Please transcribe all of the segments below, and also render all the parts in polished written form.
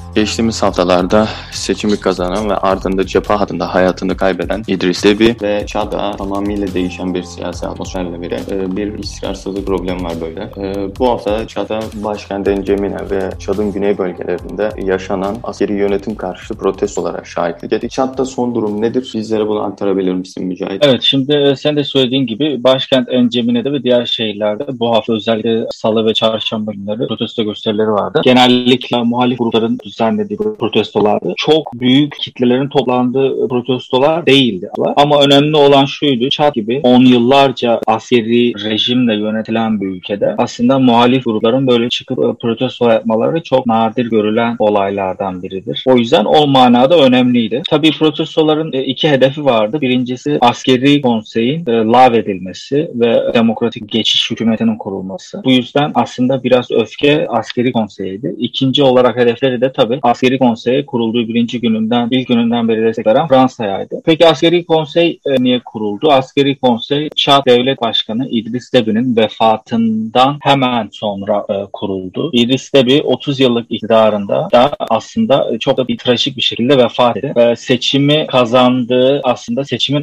Geçtiğimiz haftalarda seçimi kazanan ve ardında cephe hattında hayatını kaybeden İdris Deby ve Çad'da tamamıyla değişen bir siyasi atmosferle bir istikrarsızlık problemi var böyle. Bu hafta Çad'da başkent N'Djamena ve Çad'ın güney bölgelerinde yaşanan askeri yönetim karşıtı protestolara şahitlik ettik. Çad'da son durum nedir? Bizlere bunu aktarabilir misin Mücahit? Evet, şimdi sen de söylediğin gibi başkent N'Djamina'da ve diğer şehirlerde bu hafta özellikle salı ve çarşamba günleri protesto gösterileri vardı. Genellikle muhalif grupların düzenlediği protestolardı. Çok büyük kitlelerin toplandığı protestolar değildi. Ama önemli olan şuydu: Çad gibi 10 yıllarca askeri rejimle yönetilen bir ülkede aslında muhalif grupların böyle çıkıp protesto yapmaları çok nadir görülen olaylardan biridir. O yüzden o manada önemliydi. Tabii protestoların iki hedefi vardı. Birincisi askeri konseyin lağvedilmesi ve demokratik geçiş hükümetinin kurulması. Bu yüzden aslında biraz öfke askeri konseyiydi. İkinci olarak hedefleri de tabii askeri konseye kurulduğu ilk gününden beri destek veren Fransa'ydı. Peki askeri konsey niye kuruldu? Askeri konsey Çad Devlet Başkanı İdris Deby'nin vefatından hemen sonra kuruldu. İdris Deby 30 yıllık iktidarında da aslında çok da bir trajik bir şekilde vefat etti. Seçimi kazandığı, aslında seçimin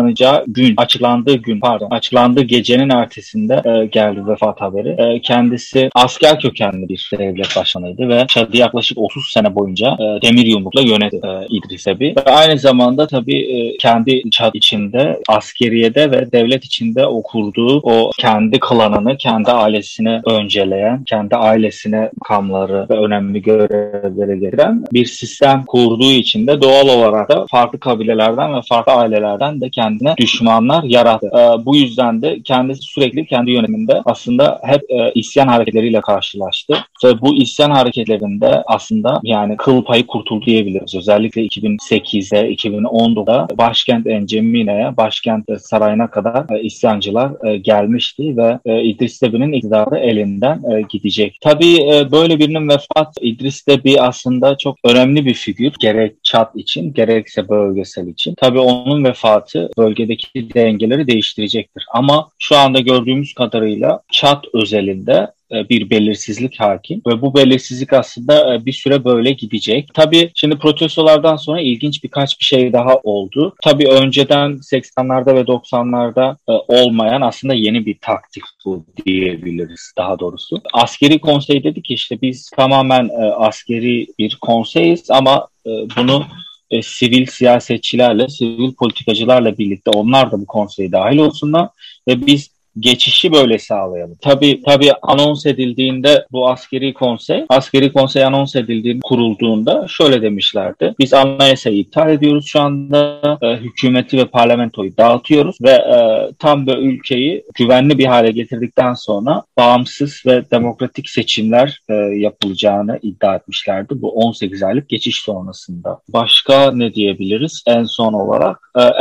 açıklandığı gecenin ertesinde geldi vefat haberi. Kendisi asker kökenli bir devlet başkanıydı ve Çad'ı yaklaşık 30 sene boyunca demir yumrukla yönetti İdris Deby. Ve aynı zamanda tabii kendi Çad içinde, askeriyede ve devlet içinde kurduğu o kendi klanını, kendi ailesine önceleyen, kendi ailesine makamları ve önemli görevleri getiren bir sistem kurduğu için de doğal olarak da farklı kabilelerden ve farklı ailelerden de kendine düşmanlar yarattı. Bu yüzden de kendisi sürekli kendi yönetiminde aslında hep isyan hareketleriyle karşılaştı. Ve bu isyan hareketlerinde aslında yani kıl payı kurtuldu diyebiliriz. Özellikle 2008'de, 2010'da başkent N'Djamina'ya, başkent sarayına kadar isyancılar gelmişti ve İdris Deby'nin iktidarı elinden gidecek. Tabii böyle birinin vefatı, İdris Deby aslında çok önemli bir figür. Gerek Çad için, gerekse bölgesel için. Tabii onun vefatı bölgedeki dengeleri değiştirecektir. Ama şu anda gördüğümüz kadarıyla Çad özelinde bir belirsizlik hakim ve bu belirsizlik aslında bir süre böyle gidecek. Tabii şimdi protestolardan sonra ilginç birkaç bir şey daha oldu. Tabii önceden 80'larda ve 90'larda olmayan aslında yeni bir taktik bu diyebiliriz daha doğrusu. Askeri konsey dedi ki işte biz tamamen askeri bir konseyiz ama bunu sivil siyasetçilerle, sivil politikacılarla birlikte onlar da bu konseye dahil olsunlar ve biz geçişi böyle sağlayalım. Tabii anons edildiğinde bu askeri konsey anons edildiğinde, kurulduğunda şöyle demişlerdi: biz anayasayı iptal ediyoruz şu anda, hükümeti ve parlamentoyu dağıtıyoruz ve tam böyle ülkeyi güvenli bir hale getirdikten sonra bağımsız ve demokratik seçimler yapılacağını iddia etmişlerdi bu 18 aylık geçiş sonrasında. Başka ne diyebiliriz en son olarak?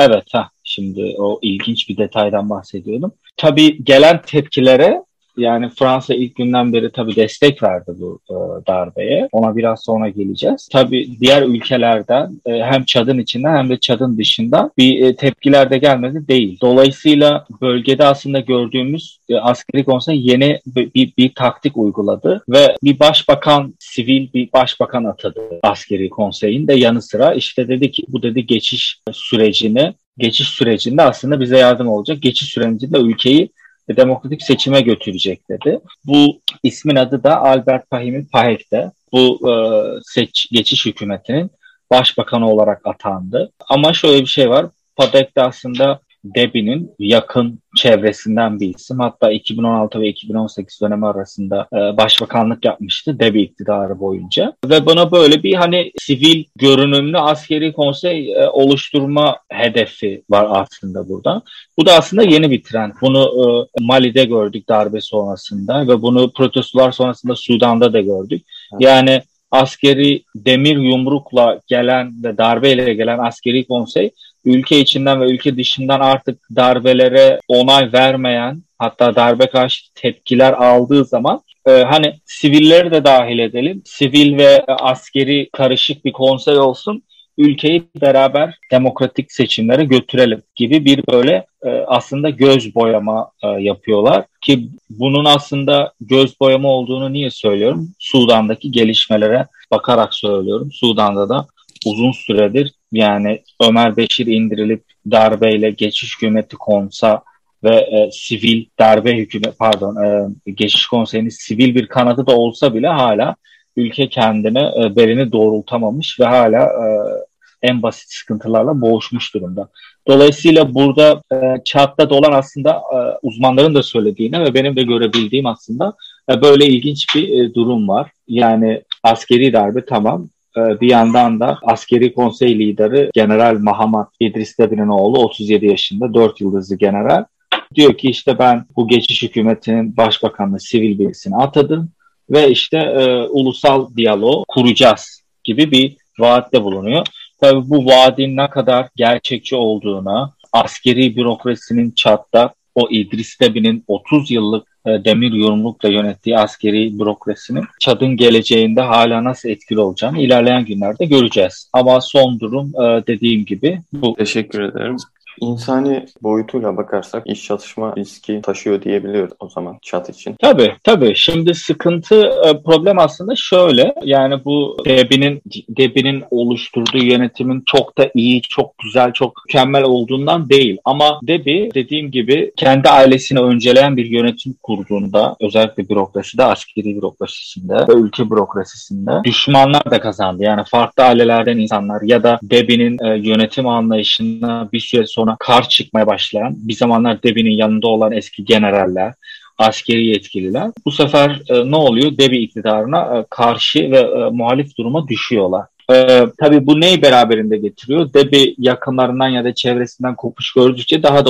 Şimdi o ilginç bir detaydan bahsediyordum. Tabii gelen tepkilere, yani Fransa ilk günden beri tabii destek verdi bu darbeye. Ona biraz sonra geleceğiz. Tabii diğer ülkelerden hem Çad'ın içinden hem de Çad'ın dışından bir tepkiler de gelmedi değil. Dolayısıyla bölgede aslında gördüğümüz askeri konsey yeni bir taktik uyguladı ve sivil bir başbakan atadı askeri konseyin de yanı sıra. İşte dedi ki bu dedi geçiş sürecinde aslında bize yardım olacak. Geçiş sürecinde ülkeyi demokratik seçime götürecek dedi. Bu ismin adı da Albert Fahimi Pahek'te. Bu geçiş hükümetinin başbakanı olarak atandı. Ama şöyle bir şey var. Pahek de aslında Deby'nin yakın çevresinden bir isim. Hatta 2016 ve 2018 dönemi arasında başbakanlık yapmıştı Deby iktidarı boyunca. Ve buna böyle bir sivil görünümlü askeri konsey oluşturma hedefi var aslında burada. Bu da aslında yeni bir trend. Bunu Mali'de gördük darbe sonrasında ve bunu protestolar sonrasında Sudan'da da gördük. Yani askeri demir yumrukla gelen ve darbeyle gelen askeri konsey ülke içinden ve ülke dışından artık darbelere onay vermeyen, hatta darbe karşı tepkiler aldığı zaman sivilleri de dahil edelim, sivil ve askeri karışık bir konsey olsun ülkeyi beraber demokratik seçimlere götürelim gibi bir böyle aslında göz boyama yapıyorlar ki bunun aslında göz boyama olduğunu niye söylüyorum? Sudan'daki gelişmelere bakarak söylüyorum. Sudan'da da uzun süredir yani Ömer Beşir indirilip darbeyle geçiş hükümeti konsa ve sivil darbe hükümeti geçiş konseyinin sivil bir kanadı da olsa bile hala ülke kendine belini doğrultamamış ve hala en basit sıkıntılarla boğuşmuş durumda. Dolayısıyla burada Çad'da da olan aslında uzmanların da söylediğine ve benim de görebildiğim aslında böyle ilginç bir durum var. Yani askeri darbe tamam. Bir yandan da askeri konsey lideri General Mahamat İdris Debi'nin oğlu 37 yaşında 4 yıldızlı general. Diyor ki işte ben bu geçiş hükümetinin başbakanlığı sivil birisine atadım ve işte ulusal diyalog kuracağız gibi bir vaatte bulunuyor. Tabii bu vaadin ne kadar gerçekçi olduğuna, askeri bürokrasinin Çad'da o İdris Debi'nin 30 yıllık demir yumrukla yönettiği askeri bürokrasinin Çad'ın geleceğinde hala nasıl etkili olacağını ilerleyen günlerde göreceğiz. Ama son durum dediğim gibi bu. Teşekkür ederim. İnsani boyutuyla bakarsak iç çatışma riski taşıyor diyebiliyoruz o zaman Çad için. Tabii. Şimdi sıkıntı, problem aslında şöyle. Yani bu Debi'nin oluşturduğu yönetimin çok da iyi, çok güzel, çok mükemmel olduğundan değil. Ama Debi dediğim gibi kendi ailesini önceleyen bir yönetim kurduğunda özellikle bürokraside, askeri bürokrasisinde ve ülke bürokrasisinde düşmanlar da kazandı. Yani farklı ailelerden insanlar ya da Debi'nin yönetim anlayışına bir süre sonra karşı çıkmaya başlayan, bir zamanlar Debi'nin yanında olan eski generaller, askeri yetkililer bu sefer ne oluyor? Debi iktidarına karşı ve muhalif duruma düşüyorlar. Tabii bu neyi beraberinde getiriyor? Debi yakınlarından ya da çevresinden kopuş gördükçe daha da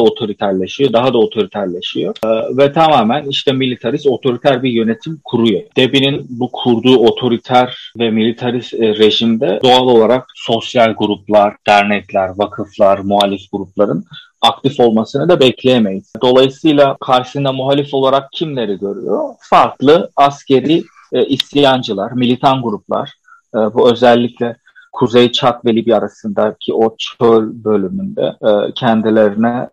otoriterleşiyor. Ve tamamen işte militarist, otoriter bir yönetim kuruyor. Debi'nin bu kurduğu otoriter ve militarist rejimde doğal olarak sosyal gruplar, dernekler, vakıflar, muhalif grupların aktif olmasını da bekleyemeyiz. Dolayısıyla karşısında muhalif olarak kimleri görüyor? Farklı askeri isyancılar, militan gruplar. Bu özellikle Kuzey Çad ve Libya arasındaki o çöl bölümünde kendilerine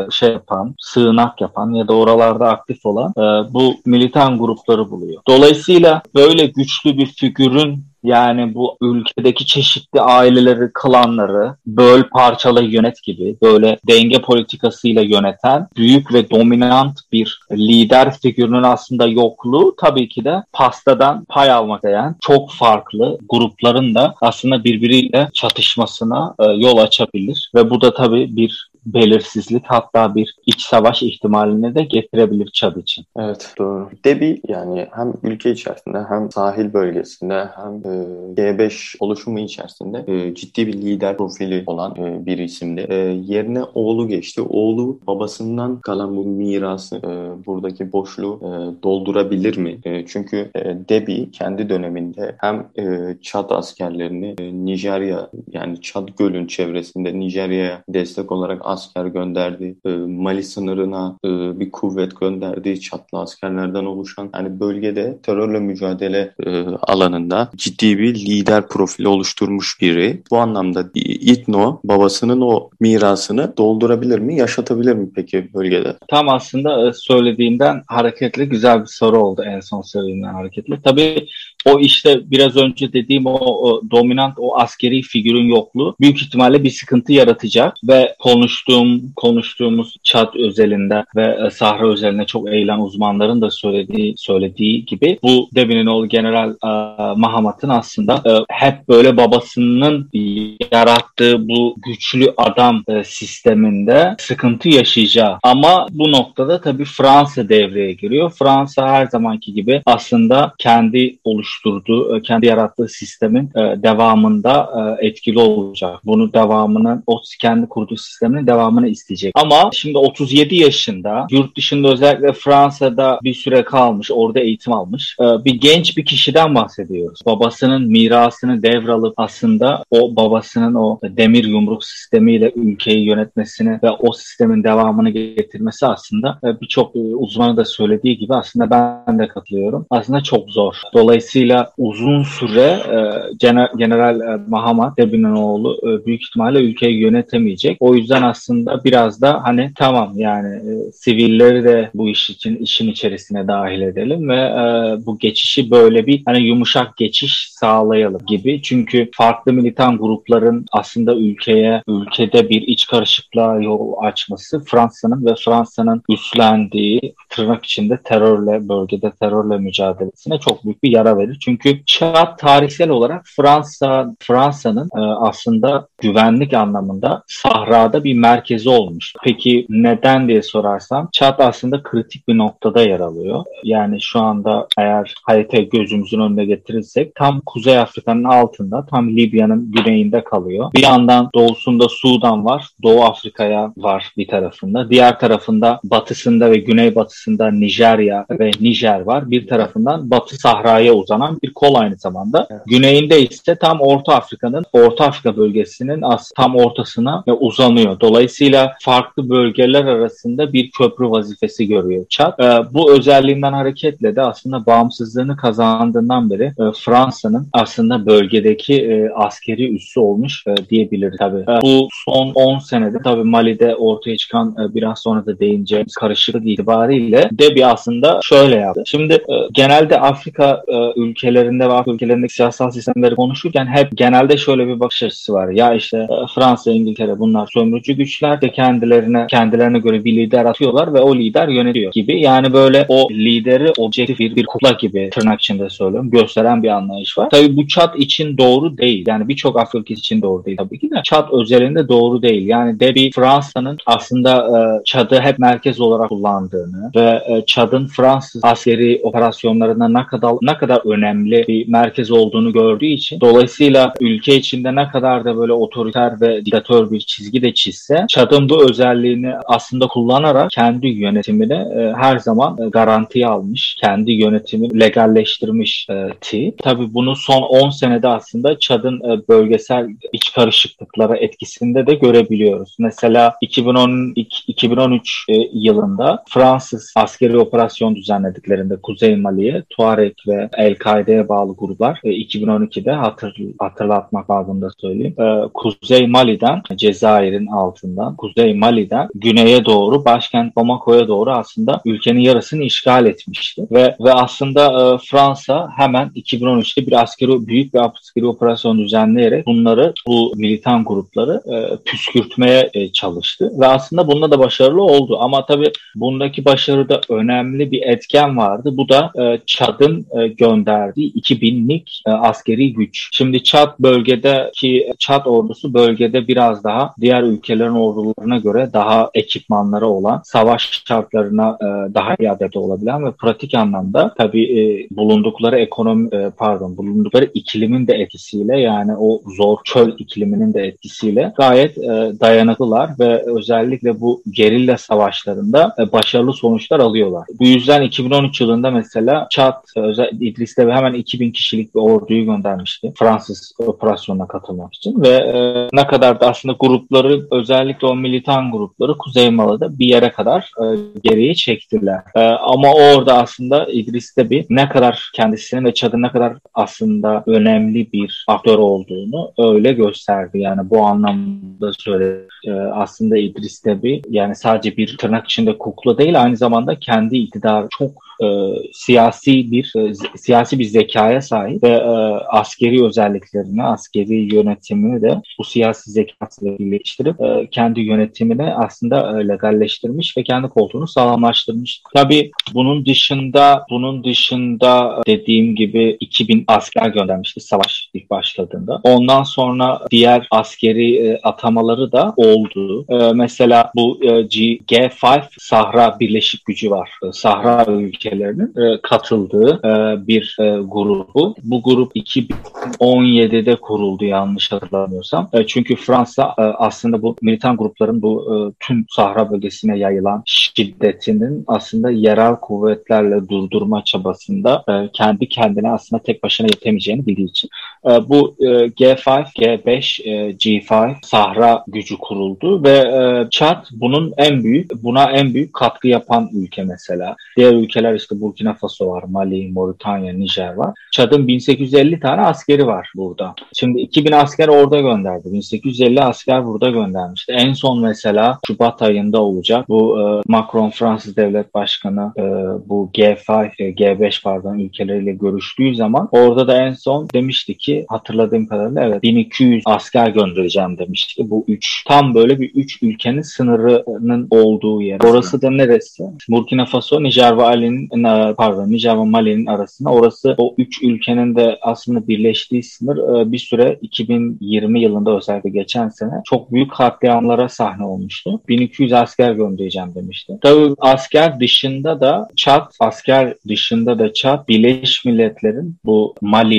sığınak yapan ya da oralarda aktif olan bu militan grupları buluyor. Dolayısıyla böyle güçlü bir figürün yani bu ülkedeki çeşitli aileleri, klanları böl parçala yönet gibi böyle denge politikasıyla yöneten büyük ve dominant bir lider figürünün aslında yokluğu tabii ki de pastadan pay almak isteyen çok farklı grupların da aslında birbiriyle çatışmasına yol açabilir ve bu da tabii bir belirsizlik hatta bir iç savaş ihtimalini de getirebilir Çad için. Evet, doğru. Debi yani hem ülke içerisinde hem sahil bölgesinde hem G5 oluşumu içerisinde ciddi bir lider profili olan bir isimdi. Yerine oğlu geçti. Oğlu babasından kalan bu mirası, buradaki boşluğu doldurabilir mi? Çünkü Debi kendi döneminde hem Çad askerlerini Nijerya yani Çad Gölü'nün çevresinde Nijerya'ya destek olarak asker gönderdi. Mali sınırına bir kuvvet gönderdi. Çatlı askerlerden oluşan yani bölgede terörle mücadele alanında ciddi bir lider profili oluşturmuş biri. Bu anlamda İtno babasının o mirasını doldurabilir mi? Yaşatabilir mi peki bölgede? Tam aslında söylediğinden hareketli güzel bir soru oldu en son söylediğinden hareketli. Tabii o işte biraz önce dediğim o dominant o askeri figürün yokluğu büyük ihtimalle bir sıkıntı yaratacak ve konuştuğumuz Çad özelinde ve Sahra özelinde çok eğilen uzmanların da söylediği gibi bu Debi'nin oğlu General Mahamat'ın aslında hep böyle babasının yarattığı bu güçlü adam sisteminde sıkıntı yaşayacağı. Ama bu noktada tabii Fransa devreye giriyor. Fransa her zamanki gibi aslında kendi oluşturduğu, kendi yarattığı sistemin devamında etkili olacak. Bunu devamının, o kendi kurduğu sistemin devamını isteyecek. Ama şimdi 37 yaşında yurt dışında özellikle Fransa'da bir süre kalmış, orada eğitim almış bir genç bir kişiden bahsediyoruz. Babası babasının mirasını devralıp aslında o babasının o demir yumruk sistemiyle ülkeyi yönetmesini ve o sistemin devamını getirmesi aslında birçok uzmanı da söylediği gibi aslında ben de katılıyorum. Aslında çok zor. Dolayısıyla uzun süre General Muhammad Debi'nin oğlu büyük ihtimalle ülkeyi yönetemeyecek. O yüzden aslında biraz da hani tamam yani sivilleri de bu işin içerisine dahil edelim ve bu geçişi böyle bir hani yumuşak geçiş sağlayalım gibi. Çünkü farklı militan grupların aslında ülkede bir iç karışıklığa yol açması Fransa'nın üstlendiği tırnak içinde bölgede terörle mücadelesine çok büyük bir yara verir. Çünkü Çad tarihsel olarak Fransa'nın aslında güvenlik anlamında sahrada bir merkezi olmuş. Peki neden diye sorarsam Çad aslında kritik bir noktada yer alıyor. Yani şu anda eğer haritayı gözümüzün önüne getirirsek tam Kuzey Afrika'nın altında, tam Libya'nın güneyinde kalıyor. Bir yandan doğusunda Sudan var, Doğu Afrika'ya var bir tarafında. Diğer tarafında batısında ve güneybatısında Nijerya ve Nijer var. Bir tarafından Batı Sahra'ya uzanan bir kol aynı zamanda. Evet. Güneyinde ise tam Orta Afrika bölgesinin tam ortasına uzanıyor. Dolayısıyla farklı bölgeler arasında bir köprü vazifesi görüyor Çad. Bu özelliğinden hareketle de aslında bağımsızlığını kazandığından beri Fransa'nın aslında bölgedeki askeri üssü olmuş diyebiliriz tabii. Bu son 10 senede tabii Mali'de ortaya çıkan biraz sonra da değineceğimiz karışıklık itibariyle Deby aslında şöyle yaptı. Şimdi genelde Afrika ülkelerinde ve Afrika ülkelerindeki siyasal sistemleri konuşurken hep genelde şöyle bir bakış açısı var. Ya işte Fransa, İngiltere bunlar sömürücü güçler de kendilerine göre bir lider atıyorlar ve o lider yönetiyor gibi. Yani böyle o lideri objektif bir kukla gibi tırnak içinde söylüyorum gösteren bir anlayış var. Tabii bu Çad için doğru değil. Yani birçok Afrika ülkesi için doğru değil tabii ki de. Çad özelinde doğru değil. Yani Deby Fransa'nın aslında Çad'ı hep merkez olarak kullandığını ve Çad'ın Fransız askeri operasyonlarında ne kadar önemli bir merkez olduğunu gördüğü için dolayısıyla ülke içinde ne kadar da böyle otoriter ve diktatör bir çizgi de çizse Çad'ın bu özelliğini aslında kullanarak kendi yönetimini her zaman garantiye almış. Kendi yönetimini legalleştirmiş Tabii bunu son 10 senede aslında Çad'ın bölgesel iç karışıklıklara etkisinde de görebiliyoruz. Mesela 2013 yılında Fransız askeri operasyon düzenlediklerinde Kuzey Mali'ye Tuareg ve El-Kaide'ye bağlı gruplar 2012'de hatırlatmak babında söyleyeyim. Kuzey Mali'den Cezayir'in altından Kuzey Mali'den güneye doğru başkent Bamako'ya doğru aslında ülkenin yarısını işgal etmişti. Ve aslında Fransa hemen 2013'te büyük bir askeri operasyon düzenleyerek bu militan grupları püskürtmeye çalıştı. Ve aslında bunda da başarılı oldu. Ama tabii bundaki başarıda önemli bir etken vardı. Bu da Çad'ın gönderdiği 2000'lik askeri güç. Şimdi Çad ordusu bölgede biraz daha diğer ülkelerin ordularına göre daha ekipmanları olan, savaş şartlarına daha iyi adapte olabilen ve pratik anlamda tabii bulundukları iklimin de etkisiyle yani o zor çöl ikliminin de etkisiyle gayet dayanıklılar ve özellikle bu gerilla savaşlarında başarılı sonuçlar alıyorlar. Bu yüzden 2013 yılında mesela Çad İdris Deby hemen 2000 kişilik bir orduyu göndermişti Fransız operasyonuna katılmak için ve ne kadar da aslında grupları özellikle o militan grupları Kuzey Mali'de bir yere kadar geriye çektiler. Ama orada aslında İdris Deby ne kadar kendisinin ve Çad'ın ne kadar aslında önemli bir aktör olduğunu öyle gösterdi. Yani bu anlamda söyledi. Aslında İdris Deby yani sadece bir tırnak içinde kukla değil, aynı zamanda kendi iktidarı çok siyasi bir zekaya sahip ve askeri özelliklerini, askeri yönetimini de bu siyasi zekasıyla birleştirip kendi yönetimini aslında legalleştirmiş ve kendi koltuğunu sağlamlaştırmış. Tabii bunun dışında dediğim gibi 2000 asker göndermişti savaş ilk başladığında. Ondan sonra diğer askeri atamaları da oldu. Mesela bu G5 Sahra Birleşik Gücü var. Sahra ülkelerinin katıldığı bir grubu. Bu grup 2017'de kuruldu yanlış hatırlamıyorsam. Çünkü Fransa aslında bu militan grupların bu tüm Sahra bölgesine yayılan şiddetinin aslında yerel kuvvetlerle durdurma çabasında kendi kendine aslında tek başına yetemeyeceğini bildiği için. Bu G5, G5, G5 Sahra gücü kuruldu ve Çad buna en büyük katkı yapan ülke mesela. Diğer ülkeler işte Burkina Faso var, Mali, Moritanya, Nijer var. Çad'ın 1850 tane askeri var burada. Şimdi 2000 asker orada gönderdi. 1850 asker burada göndermişti. En son mesela Şubat ayında olacak. Bu Macron Fransız Devlet Başkanı bu G5 pardon ülkeleriyle görüştüğü zaman orada da en son demişti ki hatırladığım kadarıyla evet 1200 asker göndereceğim demişti. Bu tam böyle bir 3 ülkenin sınırının olduğu yer. Orası da neresi? Burkina Faso, Nijer ve Mali'nin arasında. Orası o 3 ülkenin de aslında birleştiği sınır bir süre 2020 yılında özellikle geçen sene çok büyük katliamlara sahne olmuştu. 1200 asker göndereceğim demişti. Tabii asker dışında da Çad Birleşmiş Milletler'in bu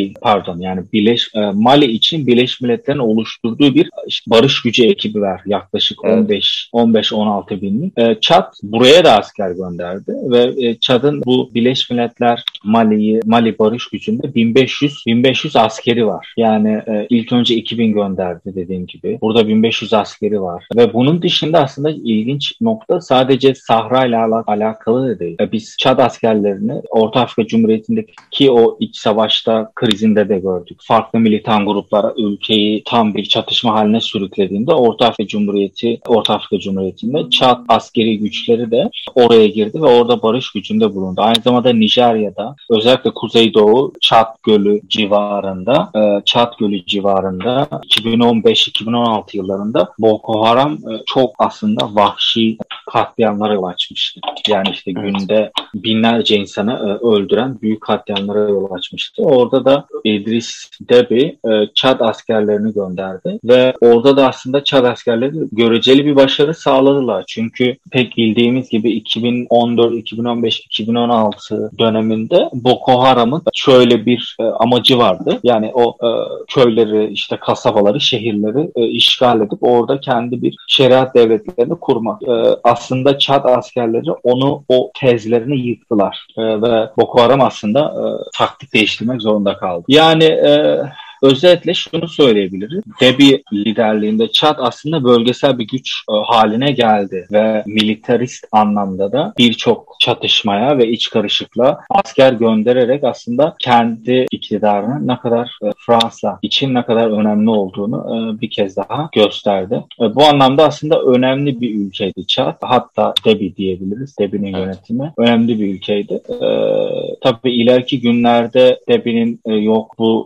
Mali için Birleşmiş Milletler'in oluşturduğu bir barış gücü ekibi var. Yaklaşık 15-16 binlik. Çad buraya da asker gönderdi ve Çad'ın bu Birleşmiş Milletler Mali barış gücünde 1500 askeri var. Yani ilk önce 2000 gönderdi dediğim gibi. Burada 1500 askeri var. Ve bunun dışında aslında ilginç nokta sadece Sahra ile alakalı da değil. Biz Çad askerlerini Orta Afrika Cumhuriyeti'ndeki o iç savaşta krizinde de gördük. Farklı militan gruplara ülkeyi tam bir çatışma haline sürüklediğinde Orta Afrika Cumhuriyeti'nde Çad askeri güçleri de oraya girdi ve orada barış gücünde bulundu. Aynı zamanda Nijerya'da özellikle Kuzeydoğu Çad Gölü civarında 2015-2016 yıllarında Boko Haram çok aslında vahşi katliamlara yol açmıştı. Yani işte günde binlerce insanı öldüren büyük katliamlara yol açmıştı. Orada da İdris Deby Çad askerlerini gönderdi ve orada da aslında Çad askerleri göreceli bir başarı sağladılar. Çünkü pek bildiğimiz gibi 2014, 2015, 2016 döneminde Boko Haram'ın şöyle bir amacı vardı. Yani o köyleri, işte kasabaları, şehirleri işgal edip orada kendi bir şeriat devletlerini kurmak. Aslında Çad askerleri o tezlerini yıktılar. Ve Boko Haram aslında taktik değiştirmek zorunda kaldı. Yani özetle şunu söyleyebiliriz. Deby liderliğinde Çad aslında bölgesel bir güç haline geldi ve militarist anlamda da birçok çatışmaya ve iç karışıklığa asker göndererek aslında kendi iktidarının ne kadar Fransa için ne kadar önemli olduğunu bir kez daha gösterdi. Bu anlamda aslında önemli bir ülkeydi Çad. Hatta Deby diyebiliriz. Deby'nin yönetimi önemli bir ülkeydi. Tabii ileriki günlerde Deby'nin bu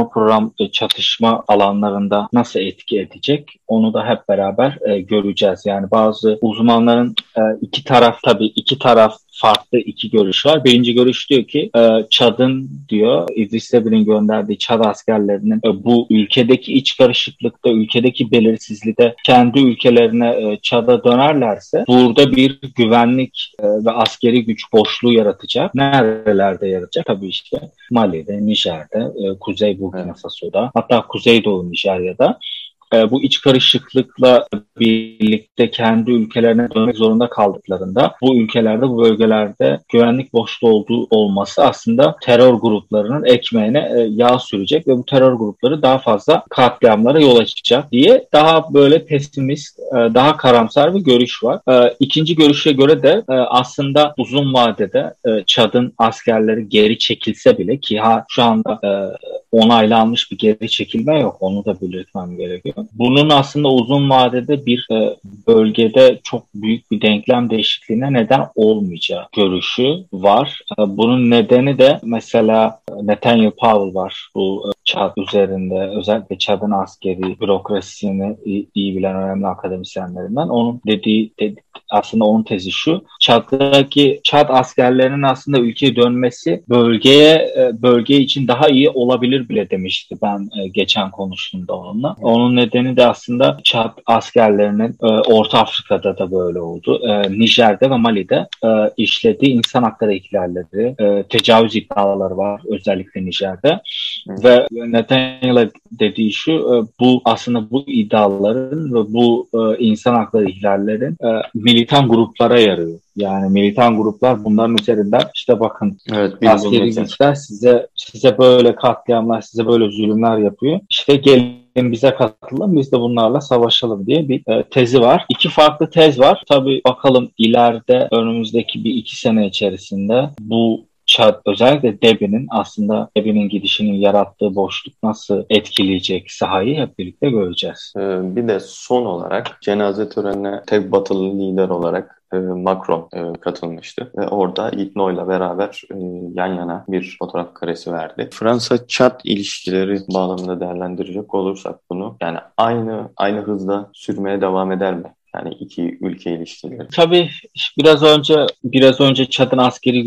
çatışma alanlarında nasıl etki edecek onu da hep beraber göreceğiz. Yani bazı uzmanların iki taraf farklı iki görüş var. Birinci görüş diyor ki Çad'ın diyor İdris Deby'nin gönderdiği Çad askerlerinin bu ülkedeki iç karışıklıkta, ülkedeki belirsizlikte kendi ülkelerine Çad'a dönerlerse burada bir güvenlik ve askeri güç boşluğu yaratacak. Nerelerde yaratacak? Tabii işte Mali'de, Nijer'de, Kuzey Burkina Faso'da, hatta Kuzeydoğu Nijerya'da. Bu iç karışıklıkla birlikte kendi ülkelerine dönmek zorunda kaldıklarında bu ülkelerde, bu bölgelerde güvenlik boşluğu olması aslında terör gruplarının ekmeğine yağ sürecek ve bu terör grupları daha fazla katliamlara yol açacak diye daha böyle pesimist, daha karamsar bir görüş var. İkinci görüşe göre de aslında uzun vadede Çad'ın askerleri geri çekilse bile ki şu anda onaylanmış bir geri çekilme yok. Onu da belirtmem gerekiyor. Bunun aslında uzun vadede bir bölgede çok büyük bir denklem değişikliğine neden olmayacağı görüşü var. Bunun nedeni de mesela Nathaniel Powell var. Bu Çad üzerinde özellikle Çad'ın askeri bürokrasisini iyi bilen önemli akademisyenlerinden. Onun aslında onun tezi şu. Çad askerlerinin aslında ülkeye dönmesi bölge için daha iyi olabilir bile demişti ben geçen konuştuğumda onunla. Onun nedeni de aslında Çad askerlerinin Orta Afrika'da da böyle oldu. Nijer'de ve Mali'de işlediği insan hakları ihlalleri, tecavüz iddiaları var özellikle Nijer'de. Ve Netanyahu dediği şu, bu aslında bu iddiaların ve bu insan hakları ihlallerin militan gruplara yarıyor. Yani militan gruplar bunların üzerinden işte bakın, Evet, askeri güçler size böyle katliamlar, size böyle zulümler yapıyor. İşte gelin bize katılın, biz de bunlarla savaşalım diye bir tezi var. İki farklı tez var. Tabii bakalım ileride önümüzdeki bir iki sene içerisinde bu özellikle Debi'nin gidişinin yarattığı boşluk nasıl etkileyecek sahayı hep birlikte göreceğiz. Bir de son olarak cenaze törenine tek batılı lider olarak Macron katılmıştı ve orada İtno'yla beraber yan yana bir fotoğraf karesi verdi. Fransa-Çad ilişkileri bağlamında değerlendirecek olursak bunu, yani aynı hızda sürmeye devam eder mi? Yani iki ülke ilişkileri. Tabii biraz önce Çad'ın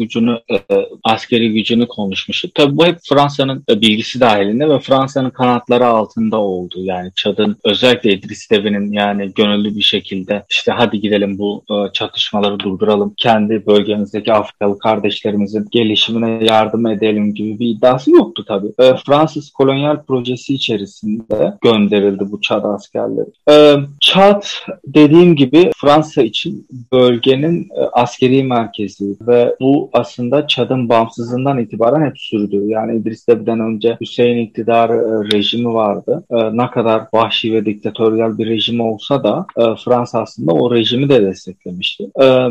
askeri gücünü konuşmuştuk. Tabii bu hep Fransa'nın bilgisi dahilinde ve Fransa'nın kanatları altında oldu. Yani Çad'ın, özellikle İdris Debi'nin yani gönüllü bir şekilde işte hadi gidelim bu çatışmaları durduralım, kendi bölgemizdeki Afrikalı kardeşlerimizin gelişimine yardım edelim gibi bir iddiası yoktu tabii. Fransız kolonyal projesi içerisinde gönderildi bu Çad askerleri. Çad, dediğim gibi, Fransa için bölgenin askeri merkezi ve bu aslında Çad'ın bağımsızlığından itibaren hep sürdü. Yani İdris Debi'den önce Hüseyin iktidarı rejimi vardı. Ne kadar vahşi ve diktatöryal bir rejim olsa da Fransa aslında o rejimi de desteklemişti.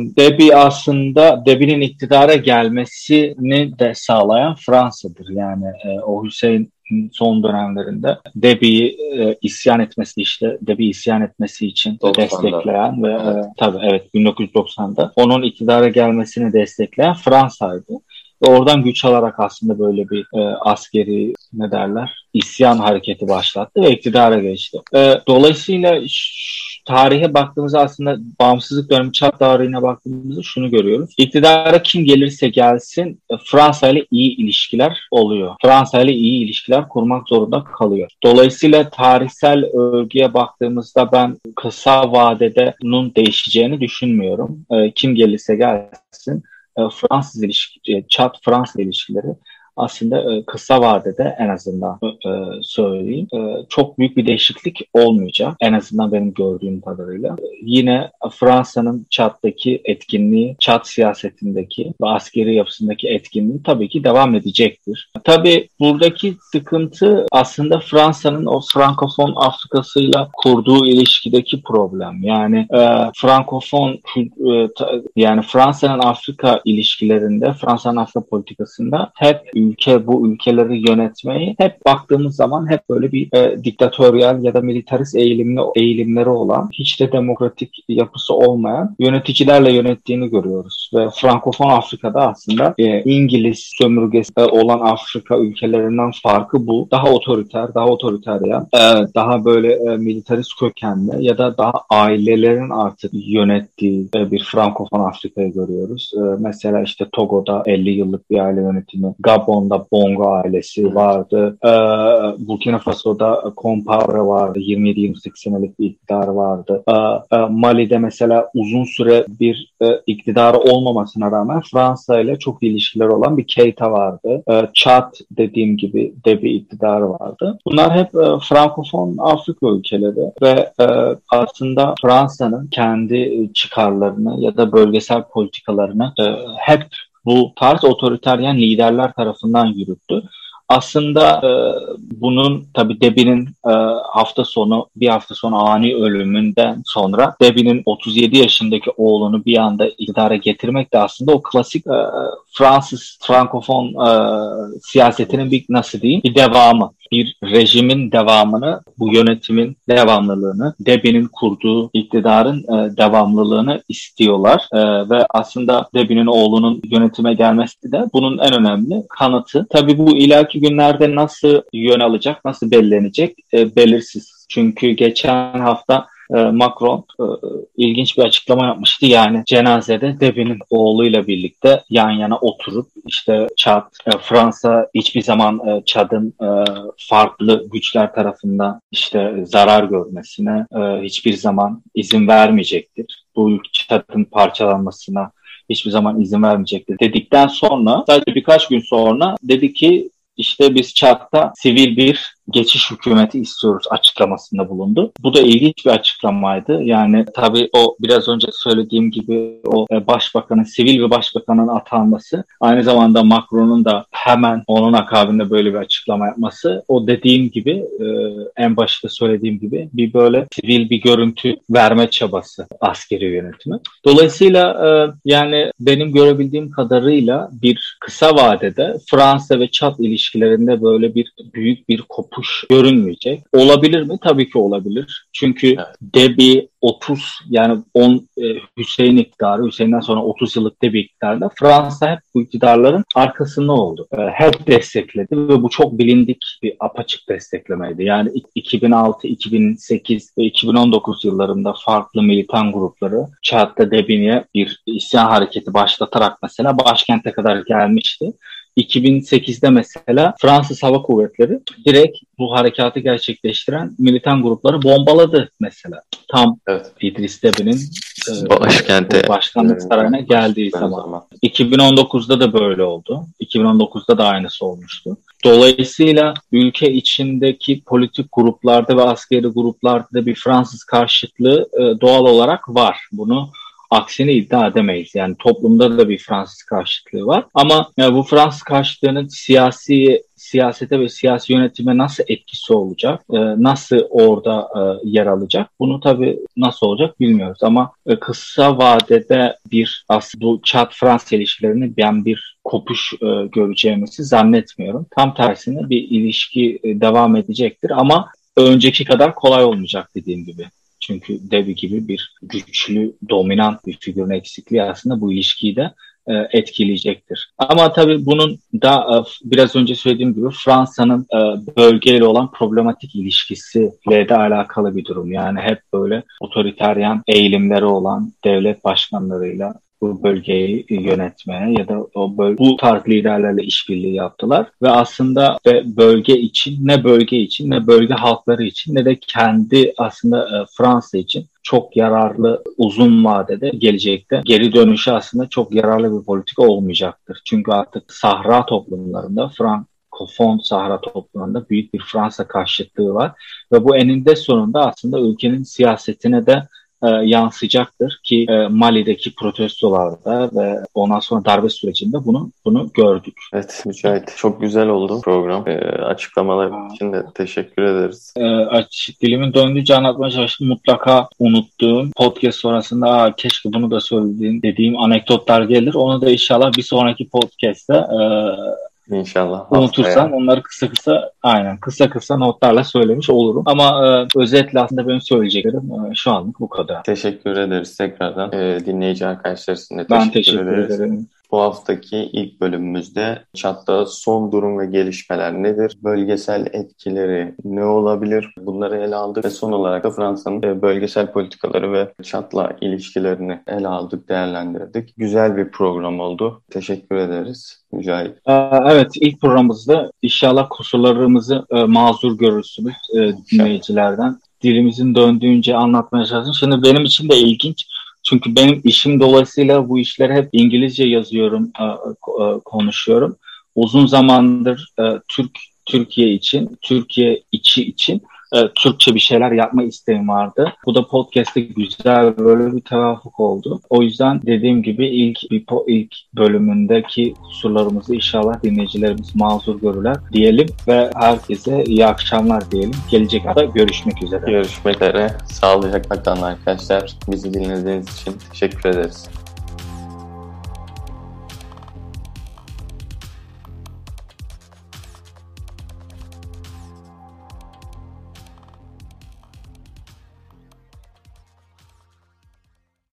Debi'nin iktidara gelmesini de sağlayan Fransa'dır. Yani o Hüseyin son dönemlerinde Debi'yi isyan etmesi için 90'da destekleyen ve evet. Tabii evet, 1990'da onun iktidara gelmesini destekleyen Fransa'ydı. Ve oradan güç alarak aslında böyle bir askeri isyan hareketi başlattı ve iktidara geçti. Dolayısıyla tarihe baktığımızda, aslında bağımsızlık dönemi Çad tarihine baktığımızda şunu görüyoruz. İktidara kim gelirse gelsin Fransa ile iyi ilişkiler oluyor. Fransa ile iyi ilişkiler kurmak zorunda kalıyor. Dolayısıyla tarihsel örgüye baktığımızda ben kısa vadede bunun değişeceğini düşünmüyorum. Kim gelirse gelsin Çad-Fransa ilişkileri aslında kısa vadede, en azından söyleyeyim, çok büyük bir değişiklik olmayacak. En azından benim gördüğüm kadarıyla. Yine Fransa'nın Çad'daki etkinliği, Çad siyasetindeki ve askeri yapısındaki etkinliği tabii ki devam edecektir. Tabii buradaki sıkıntı aslında Fransa'nın o Frankofon Afrika'sıyla kurduğu ilişkideki problem. Yani yani Fransa'nın Afrika ilişkilerinde, Fransa'nın Afrika politikasında hep bu ülkeleri yönetmeyi, hep baktığımız zaman hep böyle bir diktatöryal ya da militarist eğilimleri olan, hiç de demokratik yapısı olmayan yöneticilerle yönettiğini görüyoruz. Ve Frankofon Afrika'da aslında İngiliz sömürgesi olan Afrika ülkelerinden farkı bu. Daha otoriteryan, daha böyle militarist kökenli ya da daha ailelerin artık yönettiği bir Frankofon Afrika'yı görüyoruz. Mesela işte Togo'da 50 yıllık bir aile yönetimi, Gabon'da Bongo ailesi vardı. Burkina Faso'da Compaoré vardı. 27-28 senelik bir iktidar vardı. Mali'de mesela uzun süre bir iktidarı olmamasına rağmen Fransa ile çok ilişkiler olan bir Keita vardı. Çad, dediğim gibi, Debi iktidarı vardı. Bunlar hep Frankofon Afrika ülkeleri ve aslında Fransa'nın kendi çıkarlarını ya da bölgesel politikalarını hep bu tarz otoriteryen liderler tarafından yürüttü. Aslında bunun tabii Debi'nin bir hafta sonra ani ölümünden sonra Debi'nin 37 yaşındaki oğlunu bir anda iktidara getirmek de aslında o klasik Fransız Frankofon siyasetinin bir devamı. Bir rejimin devamını, bu yönetimin devamlılığını, Debi'nin kurduğu iktidarın devamlılığını istiyorlar. Ve aslında Debi'nin oğlunun yönetime gelmesi de bunun en önemli kanıtı. Tabii bu ileriki günlerde nasıl yön alacak, nasıl belirlenecek belirsiz. Çünkü geçen hafta Macron ilginç bir açıklama yapmıştı. Yani cenazede Debi'nin oğluyla birlikte yan yana oturup işte Fransa hiçbir zaman Çad'ın farklı güçler tarafından işte zarar görmesine hiçbir zaman izin vermeyecektir. Bu Çad'ın parçalanmasına hiçbir zaman izin vermeyecektir dedikten sonra, sadece birkaç gün sonra dedi ki işte biz Çad'da sivil bir geçiş hükümeti istiyoruz açıklamasında bulundu. Bu da ilginç bir açıklamaydı. Yani tabii o biraz önce söylediğim gibi o başbakanın, sivil bir başbakanın atanması, aynı zamanda Macron'un da hemen onun akabinde böyle bir açıklama yapması, o dediğim gibi en başta söylediğim gibi bir böyle sivil bir görüntü verme çabası askeri yönetimi. Dolayısıyla yani benim görebildiğim kadarıyla bir kısa vadede Fransa ve Çad ilişkilerinde böyle bir büyük bir kopuş görünmeyecek. Olabilir mi? Tabii ki olabilir. Çünkü Déby 30 yani Hüseyin iktidarı, Hüseyin'den sonra 30 yıllık Déby iktidarında Fransa hep bu iktidarların arkasında oldu. Hep destekledi ve bu çok bilindik bir apaçık desteklemeydi. Yani 2006, 2008 ve 2019 yıllarında farklı militan grupları Çad'da Déby'ye bir isyan hareketi başlatarak mesela başkente kadar gelmişti. 2008'de mesela Fransız Hava Kuvvetleri direkt bu harekatı gerçekleştiren militan grupları bombaladı mesela. Tam İdris Déby'nin başkanlık sarayına geldiği zaman. 2019'da da böyle oldu. 2019'da da aynısı olmuştu. Dolayısıyla ülke içindeki politik gruplarda ve askeri gruplarda da bir Fransız karşıtlığı doğal olarak var. Bunu aksini iddia edemeyiz. Yani toplumda da bir Fransız karşıtlığı var. Ama bu Fransız karşıtlığının siyasete ve siyasi yönetime nasıl etkisi olacak? Nasıl orada yer alacak? Bunu tabii nasıl olacak bilmiyoruz. Ama kısa vadede aslında bu Çad-Fransa ilişkilerini ben bir kopuş göreceğimizi zannetmiyorum. Tam tersine bir ilişki devam edecektir ama önceki kadar kolay olmayacak dediğim gibi. Çünkü Déby gibi bir güçlü, dominant bir figürün eksikliği aslında bu ilişkiyi de etkileyecektir. Ama tabii bunun da biraz önce söylediğim gibi Fransa'nın bölgeyle olan problematik ilişkisiyle de alakalı bir durum. Yani hep böyle otoriteryen eğilimleri olan devlet başkanlarıyla bu bölgeyi yönetmeye ya da bu tarz liderlerle işbirliği yaptılar ve aslında bölge için ne bölge halkları için ne de kendi aslında Fransa için çok yararlı, uzun vadede gelecekte geri dönüşü aslında çok yararlı bir politika olmayacaktır. Çünkü artık Sahra toplumlarında Frankofon Sahra toplumlarında büyük bir Fransa karşıtlığı var ve bu eninde sonunda aslında ülkenin siyasetine de yansıyacaktır ki Mali'deki protestolarda ve ondan sonra darbe sürecinde bunu gördük. Evet Mücahit, çok güzel oldu program. Açıklamalar için de teşekkür ederiz. Dilimin döndüğünce anlatmaya çalıştım. Mutlaka unuttuğum podcast sonrasında keşke bunu da söylediğim dediğim anekdotlar gelir. Onu da inşallah bir sonraki podcast'ta İnşallah. Unutursam onları kısa kısa notlarla söylemiş olurum. Ama özetle aslında benim söyleyeceklerim şu anlık bu kadar. Teşekkür ederiz tekrardan. Dinleyici arkadaşlar için de ben teşekkür ederim. Bu haftaki ilk bölümümüzde Çad'da son durum ve gelişmeler nedir? Bölgesel etkileri ne olabilir? Bunları ele aldık ve son olarak da Fransa'nın bölgesel politikaları ve Çad'la ilişkilerini ele aldık, değerlendirdik. Güzel bir program oldu. Teşekkür ederiz Mücahit. Evet, ilk programımızda inşallah kusurlarımızı mazur görürsünüz dinleyicilerden. Dilimizin döndüğünce anlatmaya çalışın. Şimdi benim için de ilginç. Çünkü benim işim dolayısıyla bu işleri hep İngilizce yazıyorum, konuşuyorum. Uzun zamandır Türkiye içi için Türkçe bir şeyler yapma isteğim vardı. Bu da podcast'te güzel böyle bir tevafuk oldu. O yüzden dediğim gibi ilk bölümündeki kusurlarımızı inşallah dinleyicilerimiz mazur görürler diyelim ve herkese iyi akşamlar diyelim. Gelecek hafta görüşmek üzere. Görüşmek üzere. Sağlıcakla kalın arkadaşlar. Bizi dinlediğiniz için teşekkür ederiz.